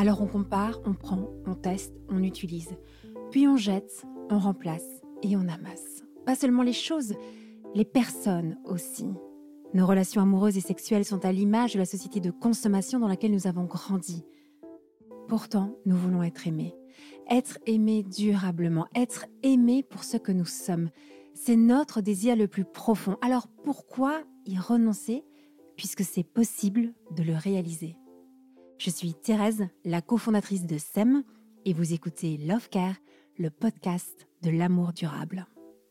Alors on compare, on prend, on teste, on utilise. Puis on jette, on remplace et on amasse. Pas seulement les choses, les personnes aussi. Nos relations amoureuses et sexuelles sont à l'image de la société de consommation dans laquelle nous avons grandi. Pourtant, nous voulons être aimés. Être aimés durablement, être aimés pour ce que nous sommes. C'est notre désir le plus profond. Alors pourquoi y renoncer puisque c'est possible de le réaliser? Je suis Thérèse, la cofondatrice de SEM, et vous écoutez Love Care, le podcast de l'amour durable.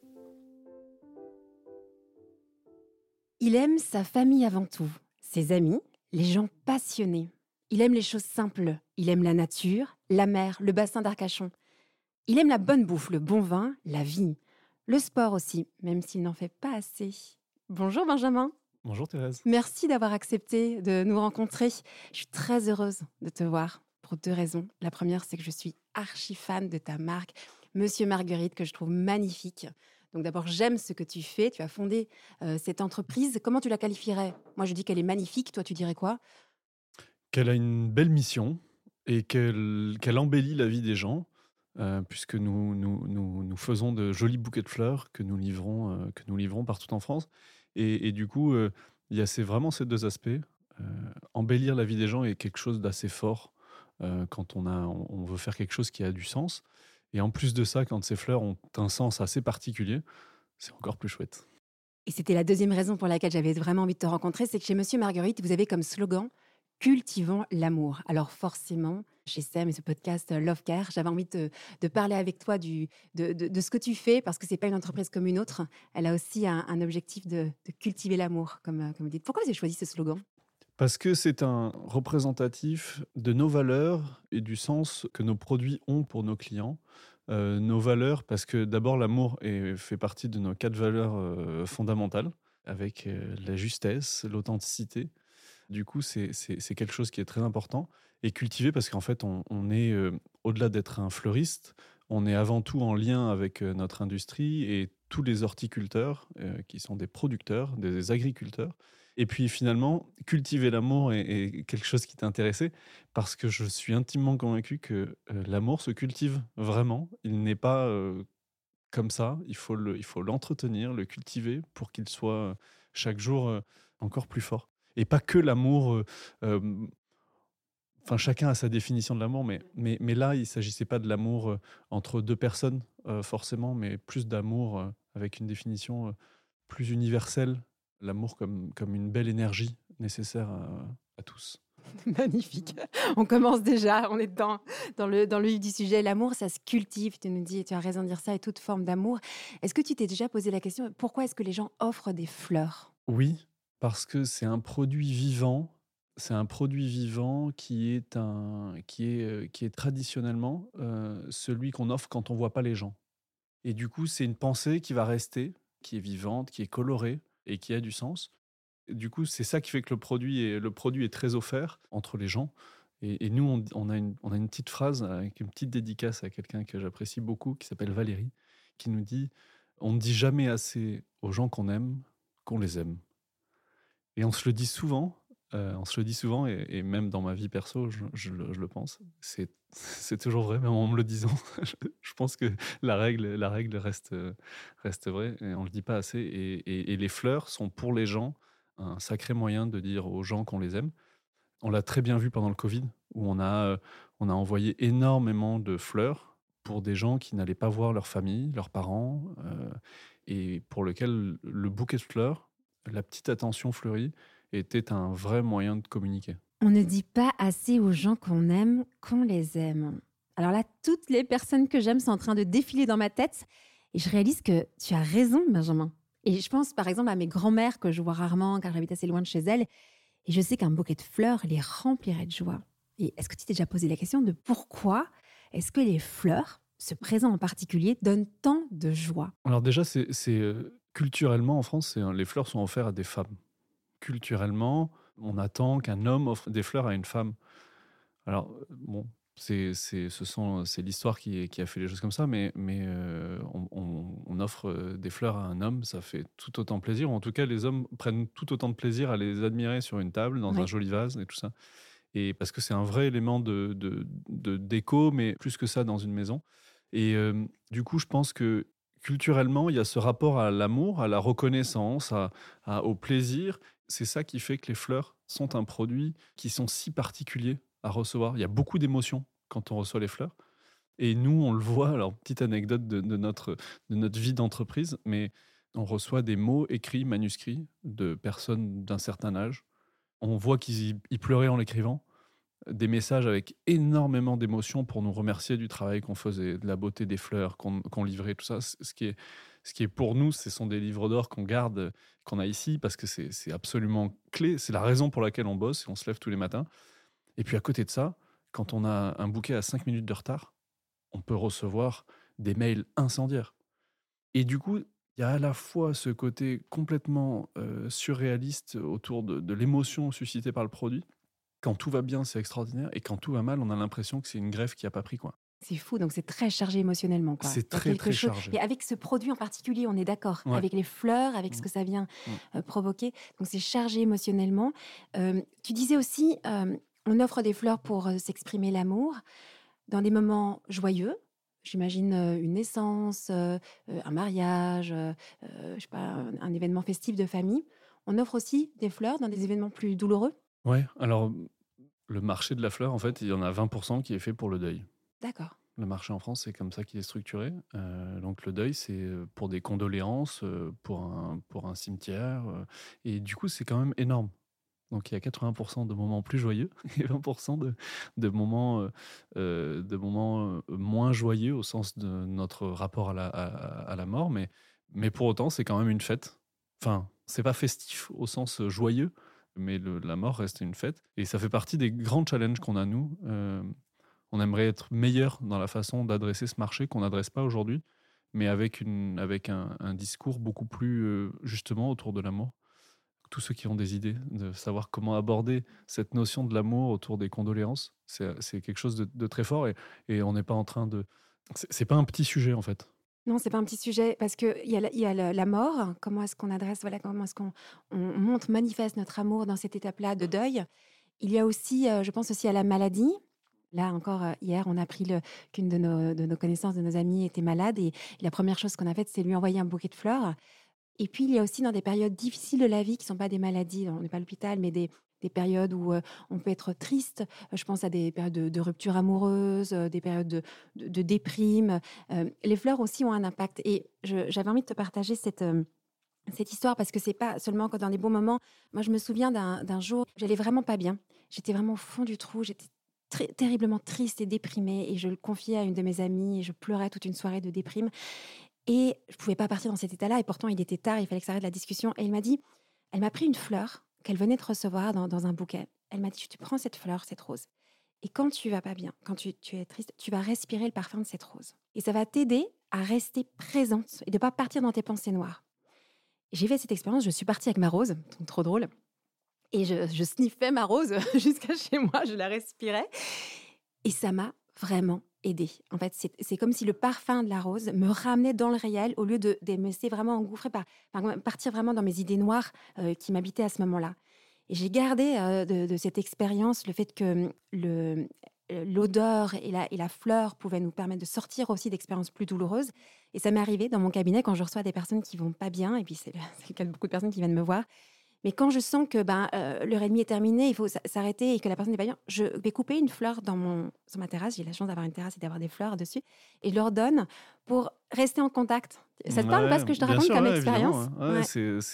Il aime sa famille avant tout, ses amis, les gens passionnés. Il aime les choses simples, il aime la nature, la mer, le bassin d'Arcachon. Il aime la bonne bouffe, le bon vin, la vie. Le sport aussi, même s'il n'en fait pas assez. Bonjour Benjamin. Bonjour Thérèse. Merci d'avoir accepté de nous rencontrer. Je suis très heureuse de te voir pour 2 raisons. La première, c'est que je suis archi fan de ta marque, Monsieur Marguerite, que je trouve magnifique. Donc d'abord, j'aime ce que tu fais. Tu as fondé cette entreprise. Comment tu la qualifierais? Moi, je dis qu'elle est magnifique. Toi, tu dirais quoi? Qu'elle a une belle mission et qu'elle embellit la vie des gens, puisque nous faisons de jolis bouquets de fleurs que nous livrons partout en France. Et du coup, c'est vraiment ces deux aspects. Embellir la vie des gens est quelque chose d'assez fort quand on veut faire quelque chose qui a du sens. Et en plus de ça, quand ces fleurs ont un sens assez particulier, c'est encore plus chouette. Et c'était la deuxième raison pour laquelle j'avais vraiment envie de te rencontrer, c'est que chez Monsieur Marguerite, vous avez comme slogan « Cultivons l'amour ». Alors forcément, chez SEM et ce podcast Love Care, j'avais envie de parler avec toi de ce que tu fais, parce que ce n'est pas une entreprise comme une autre. Elle a aussi un objectif de cultiver l'amour, comme vous dites. Pourquoi vous avez choisi ce slogan? Parce que c'est un représentatif de nos valeurs et du sens que nos produits ont pour nos clients. Nos valeurs, parce que d'abord l'amour fait partie de nos 4 valeurs fondamentales, avec la justesse, l'authenticité. Du coup, c'est quelque chose qui est très important. Et cultiver, parce qu'en fait, on est, au-delà d'être un fleuriste, on est avant tout en lien avec notre industrie et tous les horticulteurs, qui sont des producteurs, des agriculteurs. Et puis finalement, cultiver l'amour est quelque chose qui t'intéressait, parce que je suis intimement convaincu que l'amour se cultive vraiment. Il n'est pas comme ça. Il faut l'entretenir, le cultiver pour qu'il soit chaque jour encore plus fort. Et pas que l'amour. Enfin, chacun a sa définition de l'amour, mais là, il ne s'agissait pas de l'amour entre deux personnes, forcément, mais plus d'amour avec une définition plus universelle. L'amour comme une belle énergie nécessaire à tous. Magnifique. On commence déjà, on est dans le vif du sujet. L'amour, ça se cultive, tu nous dis, et tu as raison de dire ça, et toute forme d'amour. Est-ce que tu t'es déjà posé la question, pourquoi est-ce que les gens offrent des fleurs? Oui, parce que c'est un produit vivant. C'est un produit vivant qui est traditionnellement celui qu'on offre quand on voit pas les gens. Et du coup, c'est une pensée qui va rester, qui est vivante, qui est colorée et qui a du sens. Et du coup, c'est ça qui fait que le produit est très offert entre les gens. Et nous, on a une petite phrase avec une petite dédicace à quelqu'un que j'apprécie beaucoup, qui s'appelle Valérie, qui nous dit: on ne dit jamais assez aux gens qu'on aime qu'on les aime. Et on se le dit souvent, et même dans ma vie perso, je le pense. C'est toujours vrai, même en me le disant. Je pense que la règle reste vraie, et on ne le dit pas assez. Et les fleurs sont pour les gens un sacré moyen de dire aux gens qu'on les aime. On l'a très bien vu pendant le Covid, où on a envoyé énormément de fleurs pour des gens qui n'allaient pas voir leur famille, leurs parents, et pour lequel le bouquet de fleurs, la petite attention fleurie, était un vrai moyen de communiquer. On ne dit pas assez aux gens qu'on aime qu'on les aime. Alors là, toutes les personnes que j'aime sont en train de défiler dans ma tête, et je réalise que tu as raison, Benjamin. Et je pense par exemple à mes grands-mères que je vois rarement car j'habite assez loin de chez elles. Et je sais qu'un bouquet de fleurs les remplirait de joie. Et est-ce que tu t'es déjà posé la question de pourquoi est-ce que les fleurs, ce présent en particulier, donnent tant de joie? Alors déjà, culturellement en France, les fleurs sont offertes à des femmes. Culturellement, on attend qu'un homme offre des fleurs à une femme. Alors, bon, c'est l'histoire qui a fait les choses comme ça, mais on offre des fleurs à un homme, ça fait tout autant plaisir. Ou en tout cas, les hommes prennent tout autant de plaisir à les admirer sur une table, dans un Oui. joli vase et tout ça. et parce que c'est un vrai élément de déco, mais plus que ça dans une maison. Et du coup, je pense que culturellement, il y a ce rapport à l'amour, à la reconnaissance, au plaisir. C'est ça qui fait que les fleurs sont un produit qui sont si particuliers à recevoir. Il y a beaucoup d'émotions quand on reçoit les fleurs. Et nous, on le voit, alors petite anecdote de notre vie d'entreprise, mais on reçoit des mots écrits, manuscrits, de personnes d'un certain âge. On voit qu'ils pleuraient en l'écrivant, des messages avec énormément d'émotion pour nous remercier du travail qu'on faisait, de la beauté des fleurs qu'on livrait, tout ça. Ce qui est pour nous, ce sont des livres d'or qu'on garde, qu'on a ici, parce que c'est absolument clé. C'est la raison pour laquelle on bosse et on se lève tous les matins. Et puis à côté de ça, quand on a un bouquet à 5 minutes de retard, on peut recevoir des mails incendiaires. Et du coup, il y a à la fois ce côté complètement surréaliste autour de l'émotion suscitée par le produit. Quand tout va bien, c'est extraordinaire. Et quand tout va mal, on a l'impression que c'est une greffe qui n'a pas pris, quoi. C'est fou, donc c'est très chargé émotionnellement, quoi. C'est Il y a très, quelque très chose. chargé. Et avec ce produit en particulier, on est d'accord, Ouais. avec les fleurs, avec ce Mm, que ça vient mm. provoquer. Donc c'est chargé émotionnellement. Tu disais aussi, on offre des fleurs pour s'exprimer l'amour dans des moments joyeux. J'imagine une naissance, un mariage, je sais pas, un événement festif de famille. On offre aussi des fleurs dans des événements plus douloureux. Ouais, alors le marché de la fleur, en fait, il y en a 20% qui est fait pour le deuil. D'accord. Le marché en France, c'est comme ça qu'il est structuré. Donc le deuil, c'est pour des condoléances, pour un cimetière. Et du coup, c'est quand même énorme. Donc il y a 80% de moments plus joyeux et 20% de moments moins joyeux au sens de notre rapport à la mort. Mais pour autant, c'est quand même une fête. Enfin, c'est pas festif au sens joyeux, mais la mort reste une fête. Et ça fait partie des grands challenges qu'on a, nous. On aimerait être meilleur dans la façon d'adresser ce marché qu'on n'adresse pas aujourd'hui, mais avec un discours beaucoup plus justement autour de l'amour. Tous ceux qui ont des idées de savoir comment aborder cette notion de l'amour autour des condoléances, c'est quelque chose de très fort, et on n'est pas en train de... C'est pas un petit sujet en fait. Non, c'est pas un petit sujet parce qu'il y a, la mort. Comment est-ce qu'on adresse, voilà, comment est-ce qu'on montre, manifeste notre amour dans cette étape-là de deuil. Il y a aussi, je pense aussi à la maladie. Là encore, hier, on a appris qu'une de nos connaissances, de nos amis était malade et la première chose qu'on a faite, c'est lui envoyer un bouquet de fleurs. Et puis, il y a aussi dans des périodes difficiles de la vie, qui ne sont pas des maladies, on n'est pas à l'hôpital, mais des périodes où on peut être triste. Je pense à des périodes de rupture amoureuse, des périodes de déprime. Les fleurs aussi ont un impact. Et j'avais envie de te partager cette histoire parce que c'est pas seulement que dans les bons moments. Moi, je me souviens d'un jour, j'allais vraiment pas bien. J'étais vraiment au fond du trou. J'étais terriblement triste et déprimée. Et je le confiais à une de mes amies et je pleurais toute une soirée de déprime. Et je pouvais pas partir dans cet état-là. Et pourtant, il était tard, il fallait que ça arrête la discussion. Et elle m'a pris une fleur qu'elle venait de recevoir dans un bouquet. Elle m'a dit, tu prends cette fleur, cette rose. Et quand tu vas pas bien, quand tu es triste, tu vas respirer le parfum de cette rose. Et ça va t'aider à rester présente et de pas partir dans tes pensées noires. J'ai fait cette expérience, je suis partie avec ma rose, donc trop drôle. Et je sniffais ma rose jusqu'à chez moi, je la respirais. Et ça m'a vraiment aidée. En fait, c'est comme si le parfum de la rose me ramenait dans le réel au lieu de me laisser vraiment engouffrer partir vraiment dans mes idées noires qui m'habitaient à ce moment-là. Et j'ai gardé de cette expérience le fait que l'odeur et la fleur pouvaient nous permettre de sortir aussi d'expériences plus douloureuses. Et ça m'est arrivé dans mon cabinet quand je reçois des personnes qui vont pas bien, et puis c'est le cas de beaucoup de personnes qui viennent me voir. Mais quand je sens que l'heure et demie est terminée, il faut s'arrêter et que la personne n'est pas bien, je vais couper une fleur sur ma terrasse. J'ai la chance d'avoir une terrasse et d'avoir des fleurs dessus. Et je leur donne pour rester en contact. Ça te parle ou pas ce que je te Bien raconte sûr, comme ouais, expérience? évidemment. Ouais. Ouais.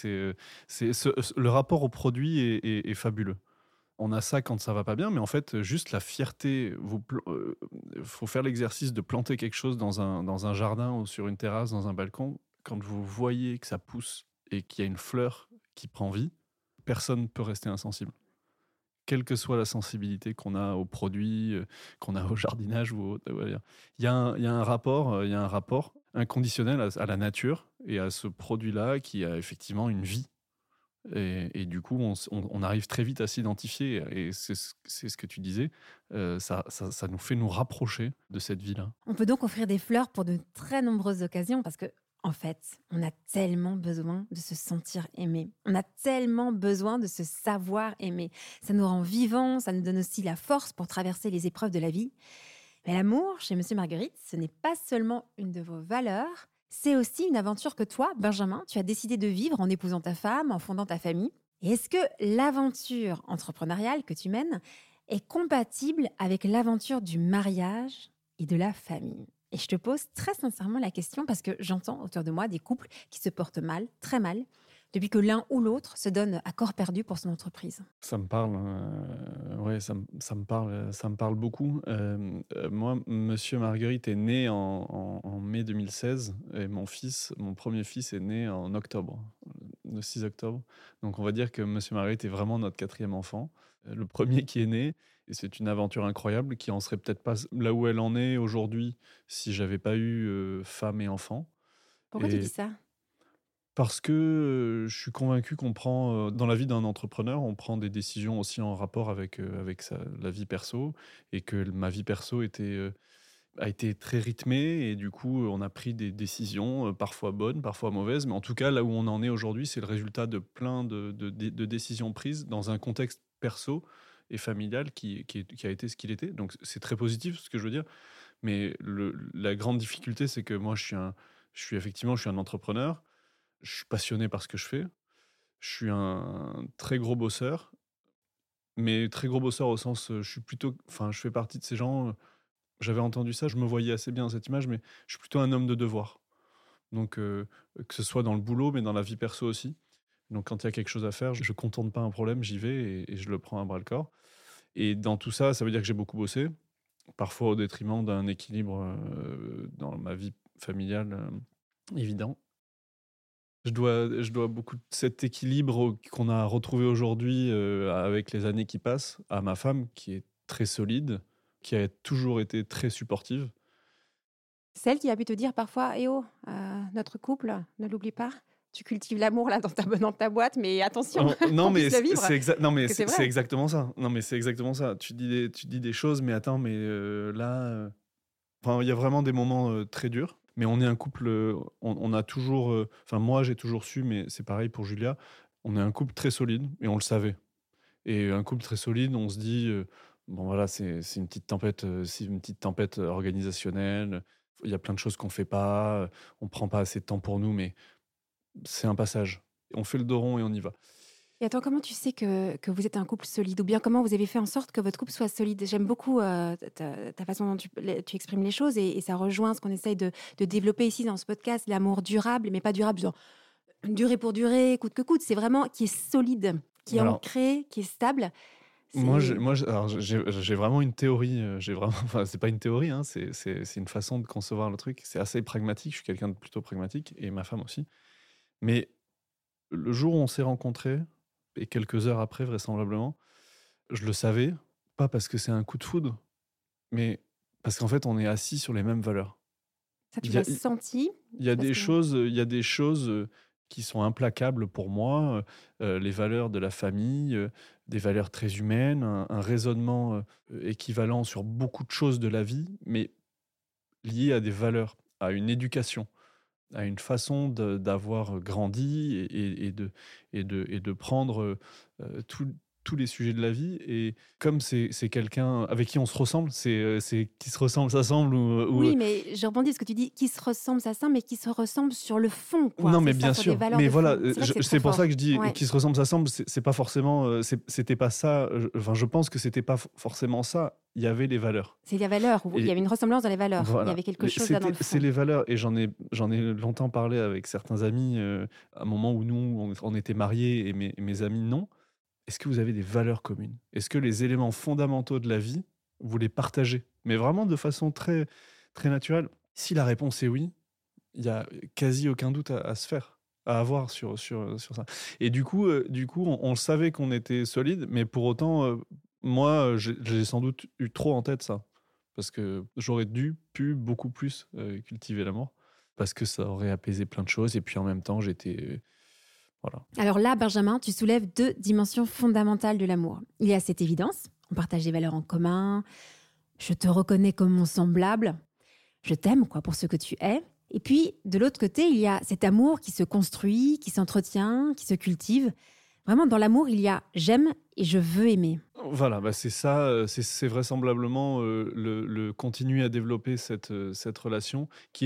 Le rapport au produit est fabuleux. On a ça quand ça va pas bien, mais en fait, juste la fierté. Faut faire l'exercice de planter quelque chose dans un jardin ou sur une terrasse, dans un balcon. Quand vous voyez que ça pousse et qu'il y a une fleur qui prend vie, personne ne peut rester insensible. Quelle que soit la sensibilité qu'on a aux produits, qu'on a au jardinage ou voilà. Il y a un rapport inconditionnel à la nature et à ce produit-là qui a effectivement une vie. Et du coup, on arrive très vite à s'identifier. Et c'est ce que tu disais. Ça nous fait nous rapprocher de cette vie-là. On peut donc offrir des fleurs pour de très nombreuses occasions parce que En fait, on a tellement besoin de se sentir aimé. On a tellement besoin de se savoir aimé. Ça nous rend vivants, ça nous donne aussi la force pour traverser les épreuves de la vie. Mais l'amour, chez Monsieur Marguerite, ce n'est pas seulement une de vos valeurs, c'est aussi une aventure que toi, Benjamin, tu as décidé de vivre en épousant ta femme, en fondant ta famille. Et est-ce que l'aventure entrepreneuriale que tu mènes est compatible avec l'aventure du mariage et de la famille? Et je te pose très sincèrement la question parce que j'entends autour de moi des couples qui se portent mal, très mal, depuis que l'un ou l'autre se donne à corps perdu pour son entreprise. Ça me parle, ouais, ça me parle beaucoup. Moi, Monsieur Marguerite est né en mai 2016 et mon premier fils est né en octobre, le 6 octobre. Donc on va dire que Monsieur Marguerite est vraiment notre quatrième enfant, le premier qui est né et c'est une aventure incroyable qui en serait peut-être pas là où elle en est aujourd'hui si j'avais pas eu, femme et enfant Pourquoi tu dis et ça? parce que, je suis convaincu qu'on prend, dans la vie d'un entrepreneur, on prend des décisions aussi en rapport avec la vie perso et que ma vie perso a été très rythmée et du coup, on a pris des décisions, parfois bonnes, parfois mauvaises, mais en tout cas, là où on en est aujourd'hui, c'est le résultat de plein de décisions prises dans un contexte perso et familial qui a été ce qu'il était. Donc c'est très positif ce que je veux dire, mais la grande difficulté, c'est que moi, je suis un entrepreneur, je suis passionné par ce que je fais. Je suis un très gros bosseur, mais très gros bosseur au sens, je suis plutôt enfin, je fais partie de ces gens, j'avais entendu ça, je me voyais assez bien dans cette image, mais je suis plutôt un homme de devoir. Donc, que ce soit dans le boulot, mais dans la vie perso aussi. Donc quand il y a quelque chose à faire, je ne contourne pas un problème, j'y vais et je le prends à bras-le-corps. Et dans tout ça, ça veut dire que j'ai beaucoup bossé, parfois au détriment d'un équilibre, dans ma vie familiale, évident. Je dois beaucoup de cet équilibre qu'on a retrouvé aujourd'hui, avec les années qui passent, à ma femme qui est très solide, qui a toujours été très supportive. Celle qui a pu te dire parfois: «Eh oh, notre couple, ne l'oublie pas. Tu cultives l'amour là dans ta boîte, mais attention Non qu'on mais puisse le vivre». non mais Parce que c'est c'est vrai. exactement ça. Non mais c'est exactement ça. Tu dis des choses, mais attends, mais là, enfin, il y a vraiment des moments, très durs, mais on est un couple, on a toujours, enfin moi j'ai toujours su, mais c'est pareil pour Julia, on est un couple très solide et on le savait. Et un couple très solide, on se dit, bon voilà, c'est une petite tempête, organisationnelle. Il y a plein de choses qu'on fait pas, on prend pas assez de temps pour nous, mais c'est un passage. On fait le dos rond et on y va. Et attends, comment tu sais que vous êtes un couple solide? Ou bien comment vous avez fait en sorte que votre couple soit solide? J'aime beaucoup ta façon dont tu exprimes les choses et ça rejoint ce qu'on essaye de développer ici dans ce podcast, l'amour durable, mais pas durable, genre durer pour durer, coûte que coûte. C'est vraiment qui est solide, qui est Alors ancré, qui est stable. C'est moi, alors j'ai vraiment une théorie, j'ai vraiment enfin, c'est pas une théorie, hein, c'est une façon de concevoir le truc. C'est assez pragmatique, je suis quelqu'un de plutôt pragmatique et ma femme aussi. Mais le jour où on s'est rencontrés et quelques heures après vraisemblablement, je le savais, pas parce que c'est un coup de foudre, mais parce qu'en fait, on est assis sur les mêmes valeurs. ça, tu Il y a l'as senti parce que il y a des choses, qui sont implacables pour moi, les valeurs de la famille, des valeurs très humaines, un raisonnement, équivalent sur beaucoup de choses de la vie, mais lié à des valeurs, à une éducation, à une façon d'avoir grandi et de prendre, tous les sujets de la vie et comme c'est quelqu'un avec qui on se ressemble, c'est qui se ressemble s'assemble ou oui, mais je rebondis parce que tu dis qui se ressemble, ça semble, mais qui se ressemble sur le fond, quoi. non, C'est mais ça, bien sur des sûr. valeurs Mais de voilà, fond. C'est vrai que c'est très c'est pour ça que fort. je dis Ouais. qui se ressemble, s'assemble, c'est pas forcément, c'était pas ça, enfin, je pense que c'était pas forcément ça. Il y avait les valeurs C'est les valeurs. Il y et avait une ressemblance dans les valeurs. Il y voilà. avait quelque chose là dans le C'est fond. les valeurs et j'en ai longtemps parlé avec certains amis, à un moment où nous, on était mariés et mes amis non. Est-ce que vous avez des valeurs communes? Est-ce que les éléments fondamentaux de la vie, vous les partagez? Mais vraiment de façon très, très naturelle. Si la réponse est oui, il y a quasi aucun doute à se faire, à avoir sur ça. Et du coup, on savait qu'on était solide, mais pour autant, moi, j'ai sans doute eu trop en tête ça. Parce que j'aurais pu beaucoup plus cultiver l'amour, parce que ça aurait apaisé plein de choses. Et puis en même temps, voilà. Alors là, Benjamin, tu soulèves deux dimensions fondamentales de l'amour. Il y a cette évidence, on partage des valeurs en commun, je te reconnais comme mon semblable, je t'aime quoi pour ce que tu es. Et puis, de l'autre côté, il y a cet amour qui se construit, qui s'entretient, qui se cultive. Vraiment, dans l'amour, il y a j'aime et je veux aimer. Voilà, bah, c'est ça, c'est vraisemblablement, le continuer à développer cette relation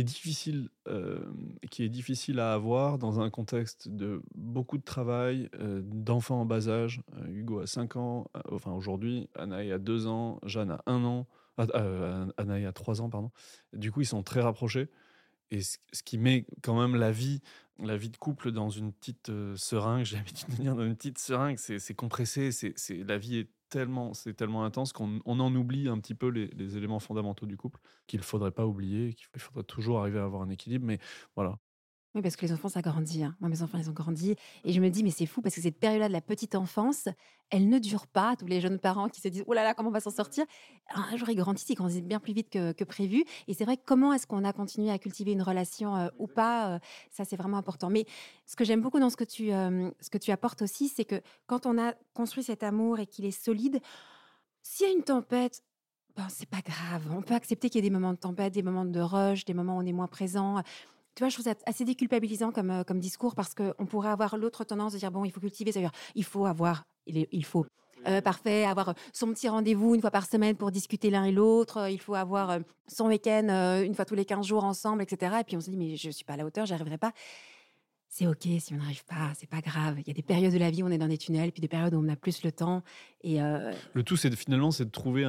qui est difficile à avoir dans un contexte de beaucoup de travail, d'enfants en bas âge. Hugo a 5 ans, enfin aujourd'hui, Anaë a 2 ans, Jeanne a 1 an, Anaë a 3 ans, pardon. Du coup, ils sont très rapprochés et ce qui met quand même la vie de couple dans une petite, seringue, j'ai l'habitude de dire dans une petite seringue, c'est compressé, la vie est tellement intense qu'on en oublie un petit peu les éléments fondamentaux du couple, qu'il ne faudrait pas oublier, il faudrait toujours arriver à avoir un équilibre, mais voilà. Oui, parce que les enfants, ça grandit, hein. Moi, mes enfants, ils ont grandi et je me dis: «Mais c'est fou parce que cette période-là de la petite enfance, elle ne dure pas». Tous les jeunes parents qui se disent: «Oh là là, comment on va s'en sortir?» Un jour, ils grandissent bien plus vite que prévu et c'est vrai, comment est-ce qu'on a continué à cultiver une relation, ou pas, ça, c'est vraiment important. Mais ce que j'aime beaucoup dans ce que tu apportes aussi, c'est que quand on a construit cet amour et qu'il est solide, s'il y a une tempête, ben, c'est pas grave. On peut accepter qu'il y ait des moments de tempête, des moments de rush, des moments où on est moins présent. Tu vois, je trouve ça assez déculpabilisant comme discours parce qu'on pourrait avoir l'autre tendance de dire bon, il faut cultiver, c'est-à-dire il faut avoir, il faut parfait, avoir son petit rendez-vous une fois par semaine pour discuter l'un et l'autre. Il faut avoir son week-end une fois tous les 15 jours ensemble, etc. Et puis on se dit mais je suis pas à la hauteur, j'y arriverai pas. C'est ok si on n'arrive pas, c'est pas grave. Il y a des périodes de la vie où on est dans des tunnels, puis des périodes où on a plus le temps. Et Le tout, c'est de trouver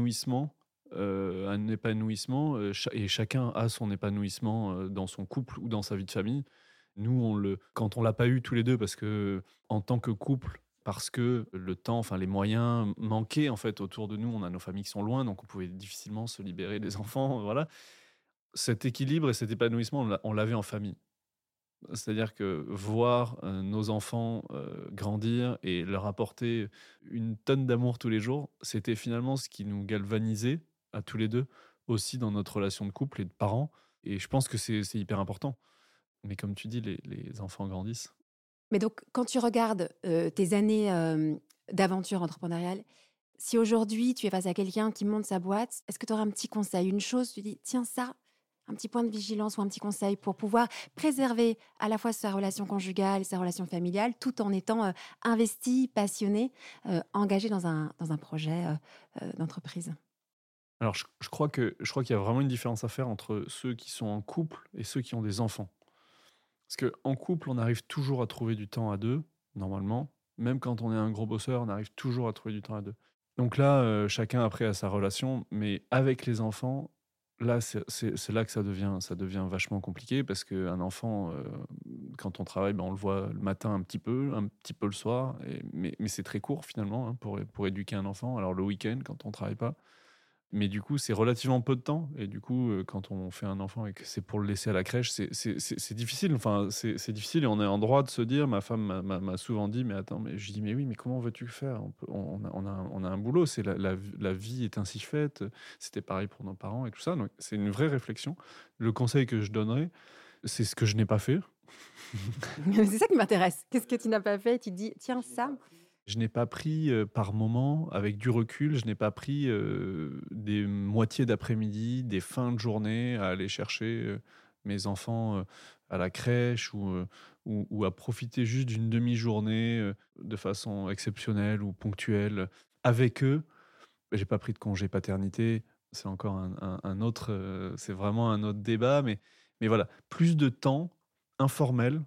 et chacun a son épanouissement, dans son couple ou dans sa vie de famille. Nous, quand on l'a pas eu tous les 2 parce que en tant que couple, parce que le temps, enfin les moyens manquaient en fait autour de nous. On a nos familles qui sont loin, donc on pouvait difficilement se libérer des enfants, voilà. Cet équilibre et cet épanouissement, on l'avait en famille. C'est-à-dire que voir, nos enfants, grandir et leur apporter une tonne d'amour tous les jours, c'était finalement ce qui nous galvanisait à tous les 2, aussi dans notre relation de couple et de parents, et je pense que c'est hyper important. Mais comme tu dis, les enfants grandissent. mais donc, quand tu regardes tes années d'aventure entrepreneuriale, si aujourd'hui tu es face à quelqu'un qui monte sa boîte, est-ce que tu auras un petit conseil, une chose, tu dis, tiens ça, un petit point de vigilance ou un petit conseil pour pouvoir préserver à la fois sa relation conjugale et sa relation familiale, tout en étant investi, passionné, engagé dans un projet d'entreprise. Alors je crois qu'il y a vraiment une différence à faire entre ceux qui sont en couple et ceux qui ont des enfants. Parce qu'en couple, on arrive toujours à trouver du temps à 2, normalement. Même quand on est un gros bosseur, on arrive toujours à trouver du temps à 2. Donc là, chacun après a sa relation, mais avec les enfants, là, c'est là que ça devient vachement compliqué parce qu'un enfant, quand on travaille, ben, on le voit le matin un petit peu le soir, mais c'est très court finalement, hein, pour éduquer un enfant. Alors le week-end, quand on travaille pas. Mais du coup, c'est relativement peu de temps et du coup, quand on fait un enfant et que c'est pour le laisser à la crèche, c'est difficile. Enfin, c'est difficile et on est en droit de se dire, ma femme m'a souvent dit: «Mais attends», mais je dis: «Mais oui, mais comment veux-tu faire? On a un boulot, c'est la vie est ainsi faite». C'était pareil pour nos parents et tout ça, donc c'est une vraie réflexion. Le conseil que je donnerais, c'est ce que je n'ai pas fait. C'est ça qui m'intéresse. Qu'est-ce que tu n'as pas fait? Tu te dis, tiens ça. Je n'ai pas pris, par moment, avec du recul, je n'ai pas pris, des moitiés d'après-midi, des fins de journée à aller chercher, mes enfants, à la crèche ou à profiter juste d'une demi-journée, de façon exceptionnelle ou ponctuelle avec eux. J'ai pas pris de congé paternité, c'est encore un autre, c'est vraiment un autre débat, mais voilà, plus de temps informel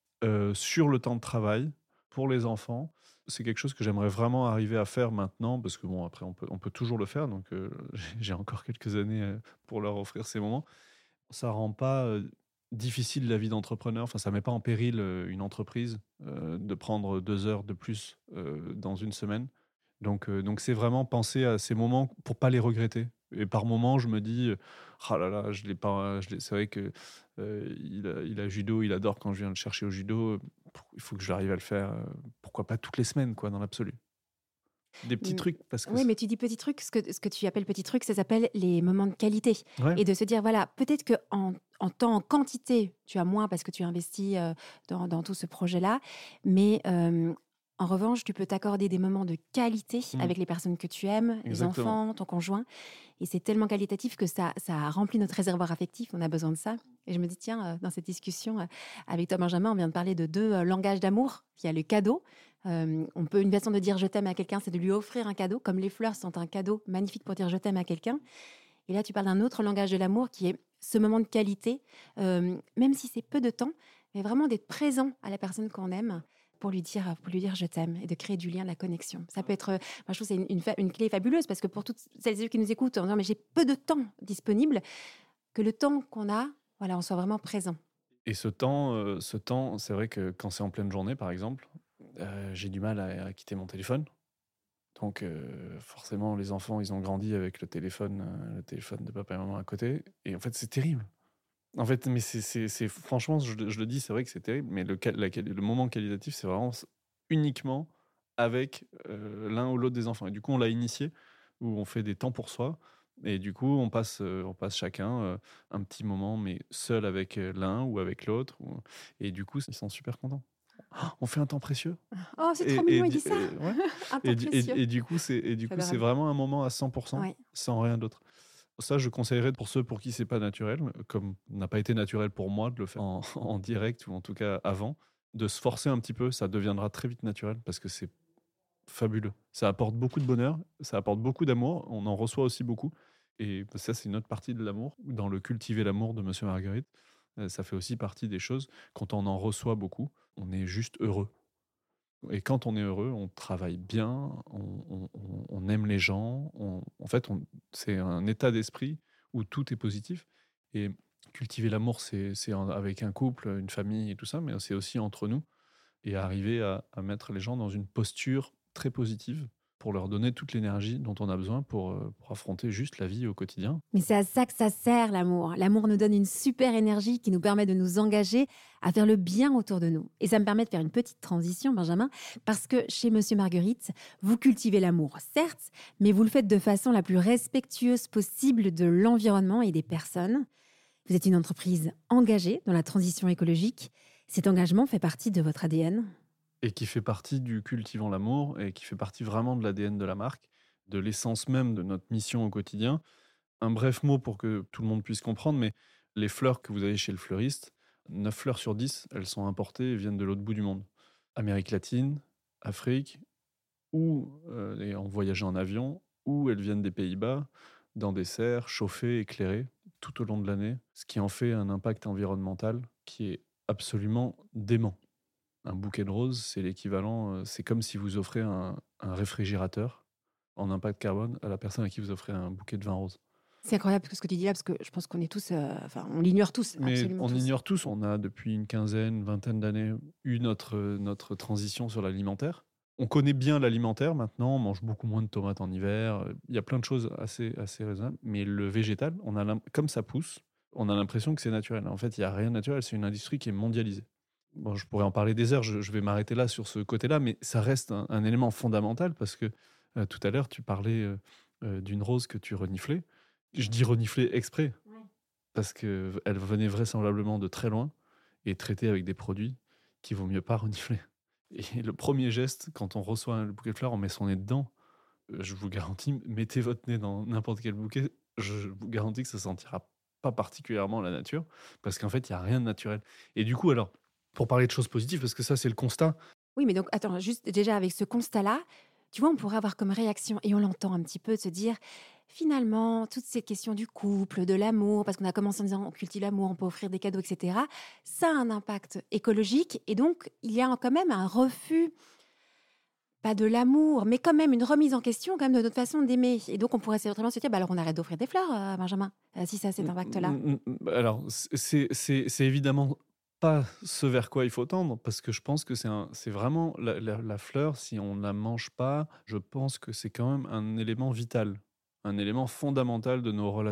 sur le temps de travail pour les enfants. C'est quelque chose que j'aimerais vraiment arriver à faire maintenant parce que bon, après on peut toujours le faire donc j'ai encore quelques années, pour leur offrir ces moments. Ça rend pas, difficile la vie d'entrepreneur, enfin ça met pas en péril, une entreprise, de prendre 2 heures de plus, dans une semaine. Donc c'est vraiment penser à ces moments pour pas les regretter et par moments, je me dis, «Ah là là, je l'ai pas je l'ai» c'est vrai que, il a judo, il adore quand je viens le chercher au judo, il faut que j'arrive à le faire, pourquoi pas toutes les semaines quoi, dans l'absolu. Des petits Mmh, trucs parce que oui, mais tu dis petits trucs, ce que tu appelles petits trucs, ça s'appelle les moments de qualité ouais. et de se dire, voilà, peut-être qu'en temps, en quantité, tu as moins parce que tu investis, dans tout ce projet-là, mais En revanche, tu peux t'accorder des moments de qualité Mmh. avec les personnes que tu aimes, les Exactement. enfants, ton conjoint. Et c'est tellement qualitatif que ça remplit notre réservoir affectif. On a besoin de ça. Et je me dis, tiens, dans cette discussion avec toi, Benjamin, on vient de parler de deux langages d'amour. Il y a le cadeau. Une façon de dire je t'aime à quelqu'un, c'est de lui offrir un cadeau, comme les fleurs sont un cadeau magnifique pour dire je t'aime à quelqu'un. Et là, tu parles d'un autre langage de l'amour qui est ce moment de qualité, même si c'est peu de temps, mais vraiment d'être présent à la personne qu'on aime pour lui dire je t'aime et de créer du lien, de la connexion. Ça peut être, moi je trouve que c'est une clé fabuleuse parce que pour toutes celles et ceux qui nous écoutent en disant mais j'ai peu de temps disponible, que le temps qu'on a, voilà, on soit vraiment présent. Et ce temps, c'est vrai que quand c'est en pleine journée, par exemple, j'ai du mal à quitter mon téléphone. Donc forcément, les enfants, ils ont grandi avec le téléphone de papa et maman à côté et en fait, c'est terrible. En fait, mais c'est franchement, je le dis, c'est vrai que c'est terrible, mais le moment qualitatif, c'est vraiment uniquement avec, l'un ou l'autre des enfants et du coup, on l'a initié, où on fait des temps pour soi et du coup, on passe chacun, un petit moment, mais seul avec, l'un ou avec l'autre et du coup, ils sont super contents. On fait un temps précieux Oh, c'est trop mignon, il dit ça. ouais Un temps précieux. et du C'est coup, c'est adorable. vraiment un moment à 100 Ouais. sans rien d'autre. Ça, je conseillerais pour ceux pour qui c'est pas naturel, comme n'a pas été naturel pour moi de le faire en en direct ou en tout cas avant, de se forcer un petit peu, ça deviendra très vite naturel parce que c'est fabuleux. Ça apporte beaucoup de bonheur, ça apporte beaucoup d'amour, on en reçoit aussi beaucoup et ça, c'est une autre partie de l'amour. Dans le cultiver l'amour de Monsieur Marguerite, ça fait aussi partie des choses, quand on en reçoit beaucoup, on est juste heureux. Et quand on est heureux, on travaille bien, on aime les gens, en fait, c'est un état d'esprit où tout est positif. Et cultiver l'amour, avec un couple, une famille et tout ça, mais c'est aussi entre nous. Et arriver à mettre les gens dans une posture très positive pour leur donner toute l'énergie dont on a besoin pour affronter juste la vie au quotidien. Mais c'est à ça que ça sert l'amour. L'amour nous donne une super énergie qui nous permet de nous engager à faire le bien autour de nous. Et ça me permet de faire une petite transition, Benjamin, parce que chez Monsieur Marguerite, vous cultivez l'amour, certes, mais vous le faites de façon la plus respectueuse possible de l'environnement et des personnes. Vous êtes une entreprise engagée dans la transition écologique. Cet engagement fait partie de votre ADN. Et qui fait partie du cultivant l'amour et qui fait partie vraiment de l'ADN de la marque, de l'essence même de notre mission au quotidien. Un bref mot pour que tout le monde puisse comprendre, mais les fleurs que vous avez chez le fleuriste, 9 fleurs sur 10, elles sont importées et viennent de l'autre bout du monde. Amérique latine, Afrique, ou et en voyageant en avion, ou elles viennent des Pays-Bas, dans des serres chauffées, éclairées, tout au long de l'année, ce qui en fait un impact environnemental qui est absolument dément. Un bouquet de roses, c'est l'équivalent, c'est comme si vous offrez un réfrigérateur en impact carbone à la personne à qui vous offrez un bouquet de vin rose. C'est incroyable ce que tu dis là, parce que je pense qu'on est tous, enfin, on l'ignore tous, Mais absolument on tous. ignore tous, on a depuis une quinzaine, vingtaine d'années eu notre transition sur l'alimentaire. On connaît bien l'alimentaire maintenant, on mange beaucoup moins de tomates en hiver, il y a plein de choses assez raisonnables, mais le végétal, comme ça pousse, on a l'impression que c'est naturel. En fait, il y a rien de naturel, c'est une industrie qui est mondialisée. Bon, je pourrais en parler des heures, je vais m'arrêter là sur ce côté-là, mais ça reste un élément fondamental parce que, tout à l'heure, tu parlais, d'une rose que tu reniflais. Je dis renifler exprès. Parce qu'elle venait vraisemblablement de très loin et traitée avec des produits qu'il vaut mieux pas renifler. Et le premier geste, quand on reçoit un bouquet de fleurs, on met son nez dedans. Je vous garantis, mettez votre nez dans n'importe quel bouquet, je vous garantis que ça sentira pas particulièrement la nature, parce qu'en fait, il y a rien de naturel. Et du coup, alors, pour parler de choses positives, parce que ça, c'est le constat. Oui, mais donc attends, juste déjà avec ce constat-là, tu vois, on pourrait avoir comme réaction, et on l'entend un petit peu, de se dire, finalement, toutes ces questions du couple, de l'amour, parce qu'on a commencé en disant on cultive l'amour, on peut offrir des cadeaux, etc., ça a un impact écologique, et donc il y a quand même un refus, pas de l'amour, mais quand même une remise en question quand même de notre façon d'aimer. Et donc on pourrait autrement se dire, bah alors on arrête d'offrir des fleurs, Benjamin, si ça a cet impact-là. Alors, c'est évidemment pas ce vers quoi il faut tendre, parce que je pense que c'est vraiment la fleur, si on ne la mange pas, je pense que c'est quand même un élément vital, un élément fondamental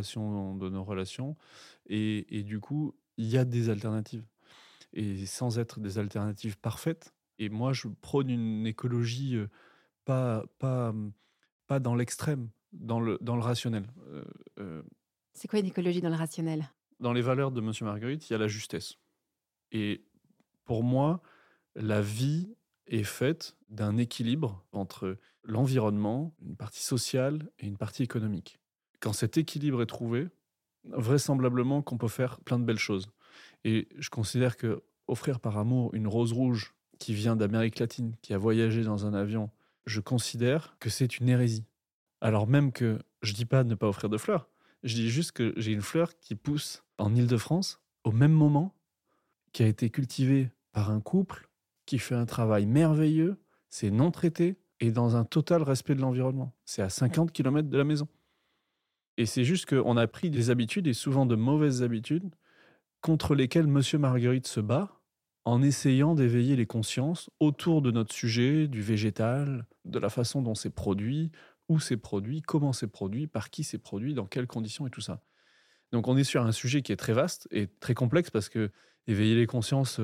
de nos relations et du coup, il y a des alternatives et sans être des alternatives parfaites et moi, je prône une écologie, pas pas, pas dans l'extrême, dans le rationnel, heu C'est quoi une écologie dans le rationnel? dans les valeurs de Monsieur Marguerite, il y a la justesse et pour moi, la vie est faite d'un équilibre entre l'environnement, une partie sociale et une partie économique. Quand cet équilibre est trouvé, vraisemblablement qu'on peut faire plein de belles choses. Et je considère que offrir par amour une rose rouge qui vient d'Amérique latine, qui a voyagé dans un avion, je considère que c'est une hérésie. Alors même que je dis pas de ne pas offrir de fleurs, je dis juste que j'ai une fleur qui pousse en Île-de-France au même moment, qui a été cultivée par un couple qui fait un travail merveilleux, c'est non traité et dans un total respect de l'environnement. C'est à 50 km de la maison. Et c'est juste qu'on a pris des habitudes, et souvent de mauvaises habitudes, contre lesquelles Monsieur Marguerite se bat en essayant d'éveiller les consciences autour de notre sujet, du végétal, de la façon dont c'est produit, où c'est produit, comment c'est produit, par qui c'est produit, dans quelles conditions et tout ça. Donc on est sur un sujet qui est très vaste et très complexe parce que éveiller les consciences,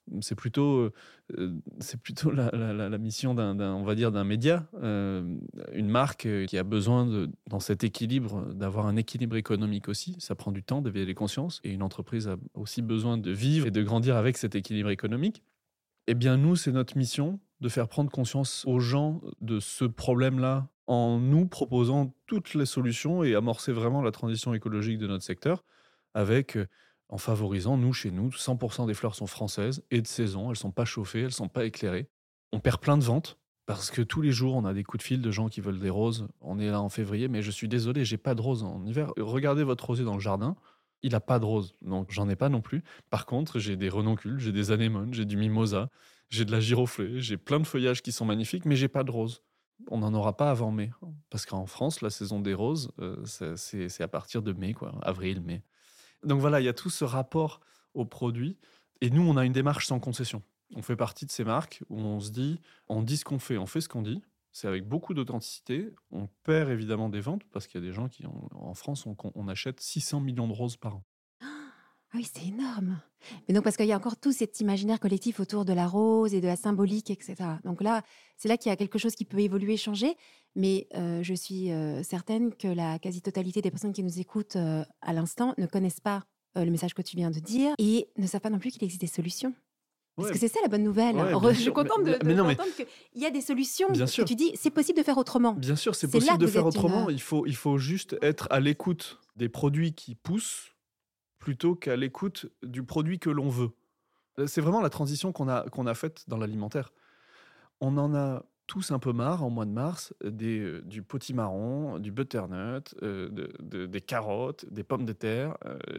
c'est plutôt la mission on va dire, d'un média, une marque qui a besoin, dans cet équilibre, d'avoir un équilibre économique aussi. Ça prend du temps d'éveiller les consciences et une entreprise a aussi besoin de vivre et de grandir avec cet équilibre économique. Eh bien, nous, c'est notre mission de faire prendre conscience aux gens de ce problème-là en nous proposant toutes les solutions et amorcer vraiment la transition écologique de notre secteur avec, en favorisant, nous, chez nous, 100% des fleurs sont françaises et de saison, elles ne sont pas chauffées, elles ne sont pas éclairées. On perd plein de ventes parce que tous les jours, on a des coups de fil de gens qui veulent des roses. On est là en février, mais je suis désolé, j'ai pas de roses en hiver. Regardez votre rosier dans le jardin, il a pas de roses, donc j'en ai pas non plus. Par contre, j'ai des renoncules, j'ai des anémones, j'ai du mimosa, j'ai de la giroflée, j'ai plein de feuillages qui sont magnifiques, mais j'ai pas de roses. On n'en aura pas avant mai, parce qu'en France, la saison des roses, c'est à partir de mai, quoi, avril, mai. Donc voilà, il y a tout ce rapport au produit. Et nous, on a une démarche sans concession. On fait partie de ces marques où on dit ce qu'on fait, on fait ce qu'on dit. C'est avec beaucoup d'authenticité. On perd évidemment des ventes parce qu'il y a des gens en France, on achète 600 millions de roses par an. Ah oui, c'est énorme. Mais donc, parce qu'il y a encore tout cet imaginaire collectif autour de la rose et de la symbolique, etc. Donc là, c'est là qu'il y a quelque chose qui peut évoluer, changer. Mais je suis certaine que la quasi-totalité des personnes qui nous écoutent à l'instant ne connaissent pas le message que tu viens de dire et ne savent pas non plus qu'il existe des solutions. Parce Ouais, que c'est ça la bonne nouvelle. ouais, bien Je suis sûr. contente Mais non, mais d'entendre qu'il y a des solutions, bien que sûr. tu dis, c'est possible de faire autrement. Bien sûr, c'est C'est là possible que de vous faire êtes autrement. Il faut juste être à l'écoute des produits qui poussent plutôt qu'à l'écoute du produit que l'on veut. C'est vraiment la transition qu'on a faite dans l'alimentaire. On en a tous un peu marre en mois de mars du potimarron, du butternut, des carottes, des pommes de terre.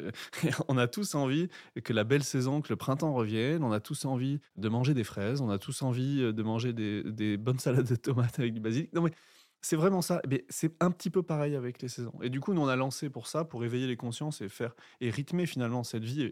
On a tous envie que la belle saison, que le printemps revienne. On a tous envie de manger des fraises. On a tous envie de manger des bonnes salades de tomates avec du basilic. Non mais c'est vraiment ça. Mais c'est un petit peu pareil avec les saisons. Et du coup, nous on a lancé pour ça, pour éveiller les consciences et rythmer finalement cette vie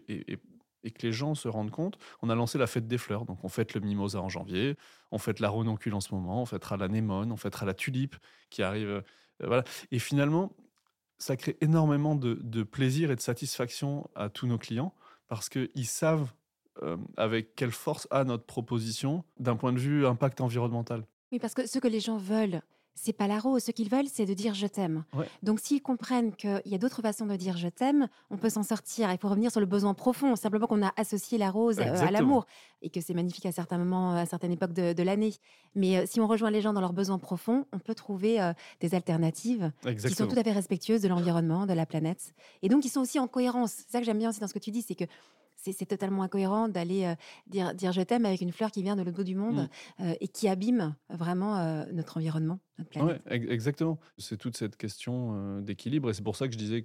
et que les gens se rendent compte. On a lancé la fête des fleurs. Donc on fête le mimosa en janvier. On fête la renoncule en ce moment, on fêtera l'anémone, on fêtera la tulipe qui arrive. Voilà. Et finalement, ça crée énormément de plaisir et de satisfaction à tous nos clients parce qu'ils savent avec quelle force a notre proposition d'un point de vue impact environnemental. Oui, parce que ce que les gens veulent, c'est pas la rose. Ce qu'ils veulent, c'est de dire je t'aime. Ouais, Donc, s'ils comprennent qu'il y a d'autres façons de dire je t'aime, on peut s'en sortir. Il faut revenir sur le besoin profond. Simplement qu'on a associé la rose à exactement. l'amour et que c'est magnifique à certains moments, à certaines époques de l'année. Mais si on rejoint les gens dans leurs besoins profonds, on peut trouver des alternatives qui sont tout Exactement. à fait respectueuses de l'environnement, de la planète. Et donc, qui sont aussi en cohérence. C'est ça que j'aime bien aussi dans ce que tu dis, c'est que c'est totalement incohérent d'aller dire je t'aime avec une fleur qui vient de l'autre bout du monde Mm. et qui abîme vraiment notre environnement, notre Ouais, planète. exactement. C'est toute cette question d'équilibre. Et c'est pour ça que je disais que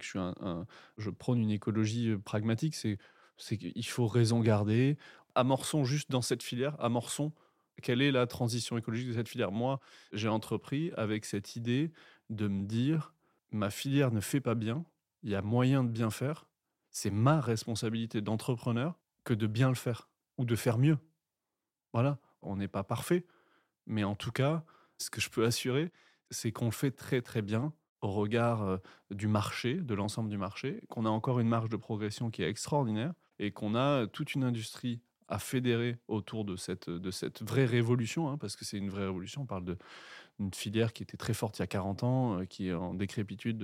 je prône une écologie pragmatique. C'est qu'il faut raison garder. Amorçons juste dans cette filière, amorçons quelle est la transition écologique de cette filière. Moi, j'ai entrepris avec cette idée de me dire, ma filière ne fait pas bien, il y a moyen de bien faire. C'est ma responsabilité d'entrepreneur que de bien le faire ou de faire mieux. Voilà, on n'est pas parfait. Mais en tout cas, ce que je peux assurer, c'est qu'on le fait très très bien au regard du marché, de l'ensemble du marché, qu'on a encore une marge de progression qui est extraordinaire et qu'on a toute une industrie à fédérer autour de cette vraie révolution, hein, parce que c'est une vraie révolution. On parle d'une filière qui était très forte il y a 40 ans, qui est en décrépitude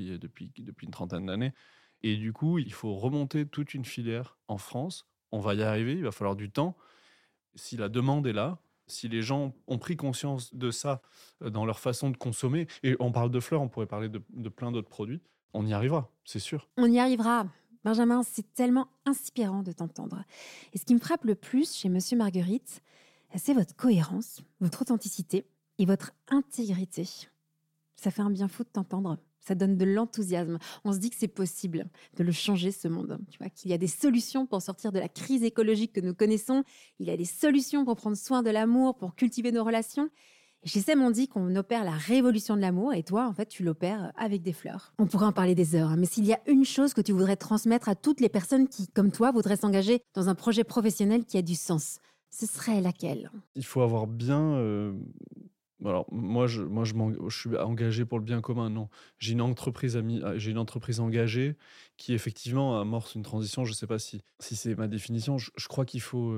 depuis une trentaine d'années. Et du coup, il faut remonter toute une filière en France. On va y arriver, il va falloir du temps. Si la demande est là, Si les gens ont pris conscience de ça dans leur façon de consommer, et on parle de fleurs, on pourrait parler de plein d'autres produits, on y arrivera, c'est sûr. On y arrivera. Benjamin, c'est tellement inspirant de t'entendre. Et ce qui me frappe le plus chez Monsieur Marguerite, c'est votre cohérence, votre authenticité et votre intégrité. Ça fait un bien fou de t'entendre. Ça donne de l'enthousiasme. On se dit que c'est possible de le changer, ce monde. Tu vois, qu'il y a des solutions pour sortir de la crise écologique que nous connaissons. Il y a des solutions pour prendre soin de l'amour, pour cultiver nos relations. Et chez Sem, on dit qu'on opère la révolution de l'amour. Et toi, en fait, tu l'opères avec des fleurs. On pourrait en parler des heures. Mais s'il y a une chose que tu voudrais transmettre à toutes les personnes qui, comme toi, voudraient s'engager dans un projet professionnel qui a du sens, ce serait laquelle? Il faut avoir bien. Alors, je suis engagé pour le bien commun, non. J'ai une entreprise engagée qui, effectivement, amorce une transition. Je ne sais pas si c'est ma définition. Je crois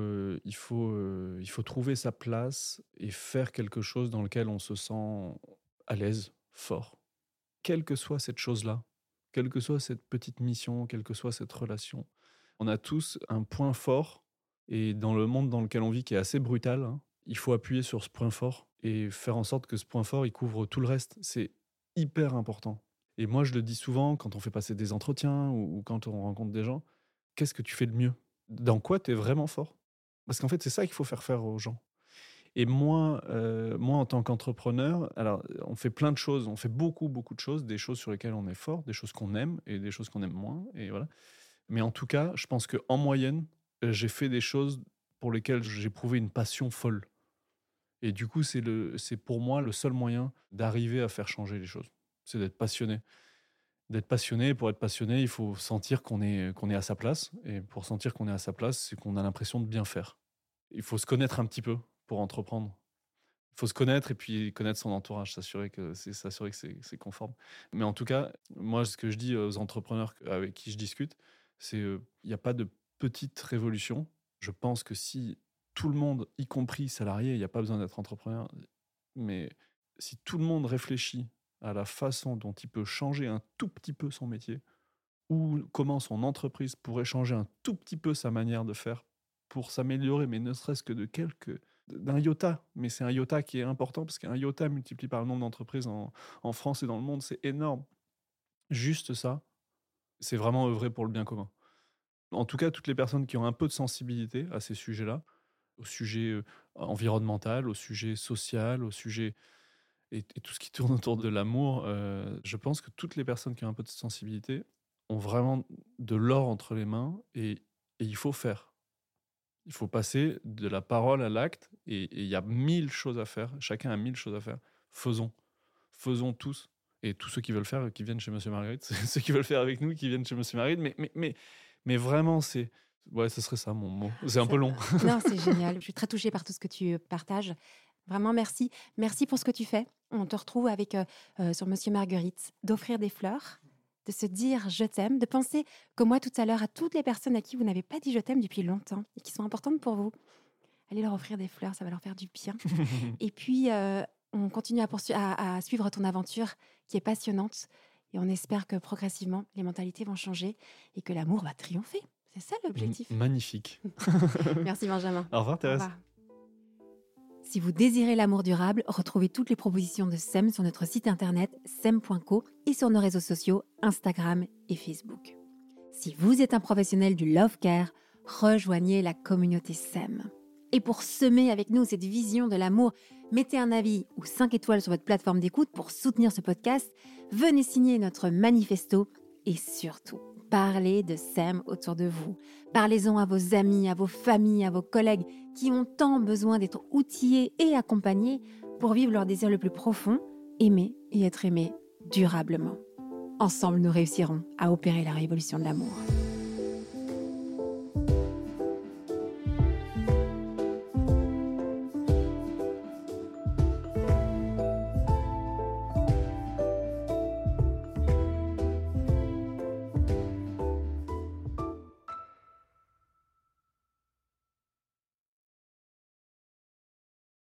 il faut trouver sa place et faire quelque chose dans lequel on se sent à l'aise, fort. Quelle que soit cette chose-là, quelle que soit cette petite mission, quelle que soit cette relation. On a tous un point fort et dans le monde dans lequel on vit, qui est assez brutal, hein, il faut appuyer sur ce point fort et faire en sorte que ce point fort, il couvre tout le reste. C'est hyper important. Et moi, je le dis souvent quand on fait passer des entretiens ou quand on rencontre des gens, qu'est-ce que tu fais de mieux? Dans quoi tu es vraiment fort? Parce qu'en fait, c'est ça qu'il faut faire aux gens. Et moi, en tant qu'entrepreneur, alors on fait plein de choses, on fait beaucoup, beaucoup de choses, des choses sur lesquelles on est fort, des choses qu'on aime et des choses qu'on aime moins, et voilà. Mais en tout cas, je pense qu'en moyenne, j'ai fait des choses pour lesquelles j'ai éprouvé une passion folle. Et du coup, c'est pour moi le seul moyen d'arriver à faire changer les choses. C'est d'être passionné. D'être passionné, pour être passionné, il faut sentir qu'on est à sa place. Et pour sentir qu'on est à sa place, c'est qu'on a l'impression de bien faire. Il faut se connaître un petit peu pour entreprendre. Il faut se connaître et puis connaître son entourage, s'assurer que c'est conforme. Mais en tout cas, moi, ce que je dis aux entrepreneurs avec qui je discute, c'est il n'y a pas de petite révolution. Je pense que si tout le monde, y compris salarié, il n'y a pas besoin d'être entrepreneur, mais si tout le monde réfléchit à la façon dont il peut changer un tout petit peu son métier, ou comment son entreprise pourrait changer un tout petit peu sa manière de faire pour s'améliorer, mais ne serait-ce que d'un iota. Mais c'est un iota qui est important parce qu'un iota multiplié par le nombre d'entreprises en France et dans le monde, c'est énorme. Juste ça, c'est vraiment œuvrer pour le bien commun. En tout cas, toutes les personnes qui ont un peu de sensibilité à ces sujets-là, au sujet environnemental, au sujet social, au sujet et tout ce qui tourne autour de l'amour, je pense que toutes les personnes qui ont un peu de sensibilité ont vraiment de l'or entre les mains et il faut faire. Il faut passer de la parole à l'acte et il y a 1000 choses à faire. Chacun a 1000 choses à faire. Faisons. Faisons tous. Et tous ceux qui veulent faire, qui viennent chez Monsieur Marguerite, ceux qui veulent faire avec nous, qui viennent chez Monsieur Marguerite. Mais vraiment, ouais, ce serait ça mon mot. C'est un peu long. Non, c'est génial. Je suis très touchée par tout ce que tu partages. Vraiment, merci. Merci pour ce que tu fais. On te retrouve avec sur Monsieur Marguerite, d'offrir des fleurs, de se dire je t'aime, de penser comme moi tout à l'heure à toutes les personnes à qui vous n'avez pas dit je t'aime depuis longtemps et qui sont importantes pour vous. Allez leur offrir des fleurs, ça va leur faire du bien. Et puis, on continue à suivre ton aventure qui est passionnante. Et on espère que progressivement, les mentalités vont changer et que l'amour va triompher. C'est ça l'objectif. Magnifique. Merci Benjamin. Au revoir Thérèse. Au revoir. Si vous désirez l'amour durable, retrouvez toutes les propositions de SEM sur notre site internet sem.co et sur nos réseaux sociaux Instagram et Facebook. Si vous êtes un professionnel du love care, rejoignez la communauté SEM. Et pour semer avec nous cette vision de l'amour, mettez un avis ou 5 étoiles sur votre plateforme d'écoute pour soutenir ce podcast. Venez signer notre manifesto et surtout, parlez de SEM autour de vous. Parlez-en à vos amis, à vos familles, à vos collègues qui ont tant besoin d'être outillés et accompagnés pour vivre leur désir le plus profond, aimer et être aimés durablement. Ensemble, nous réussirons à opérer la révolution de l'amour.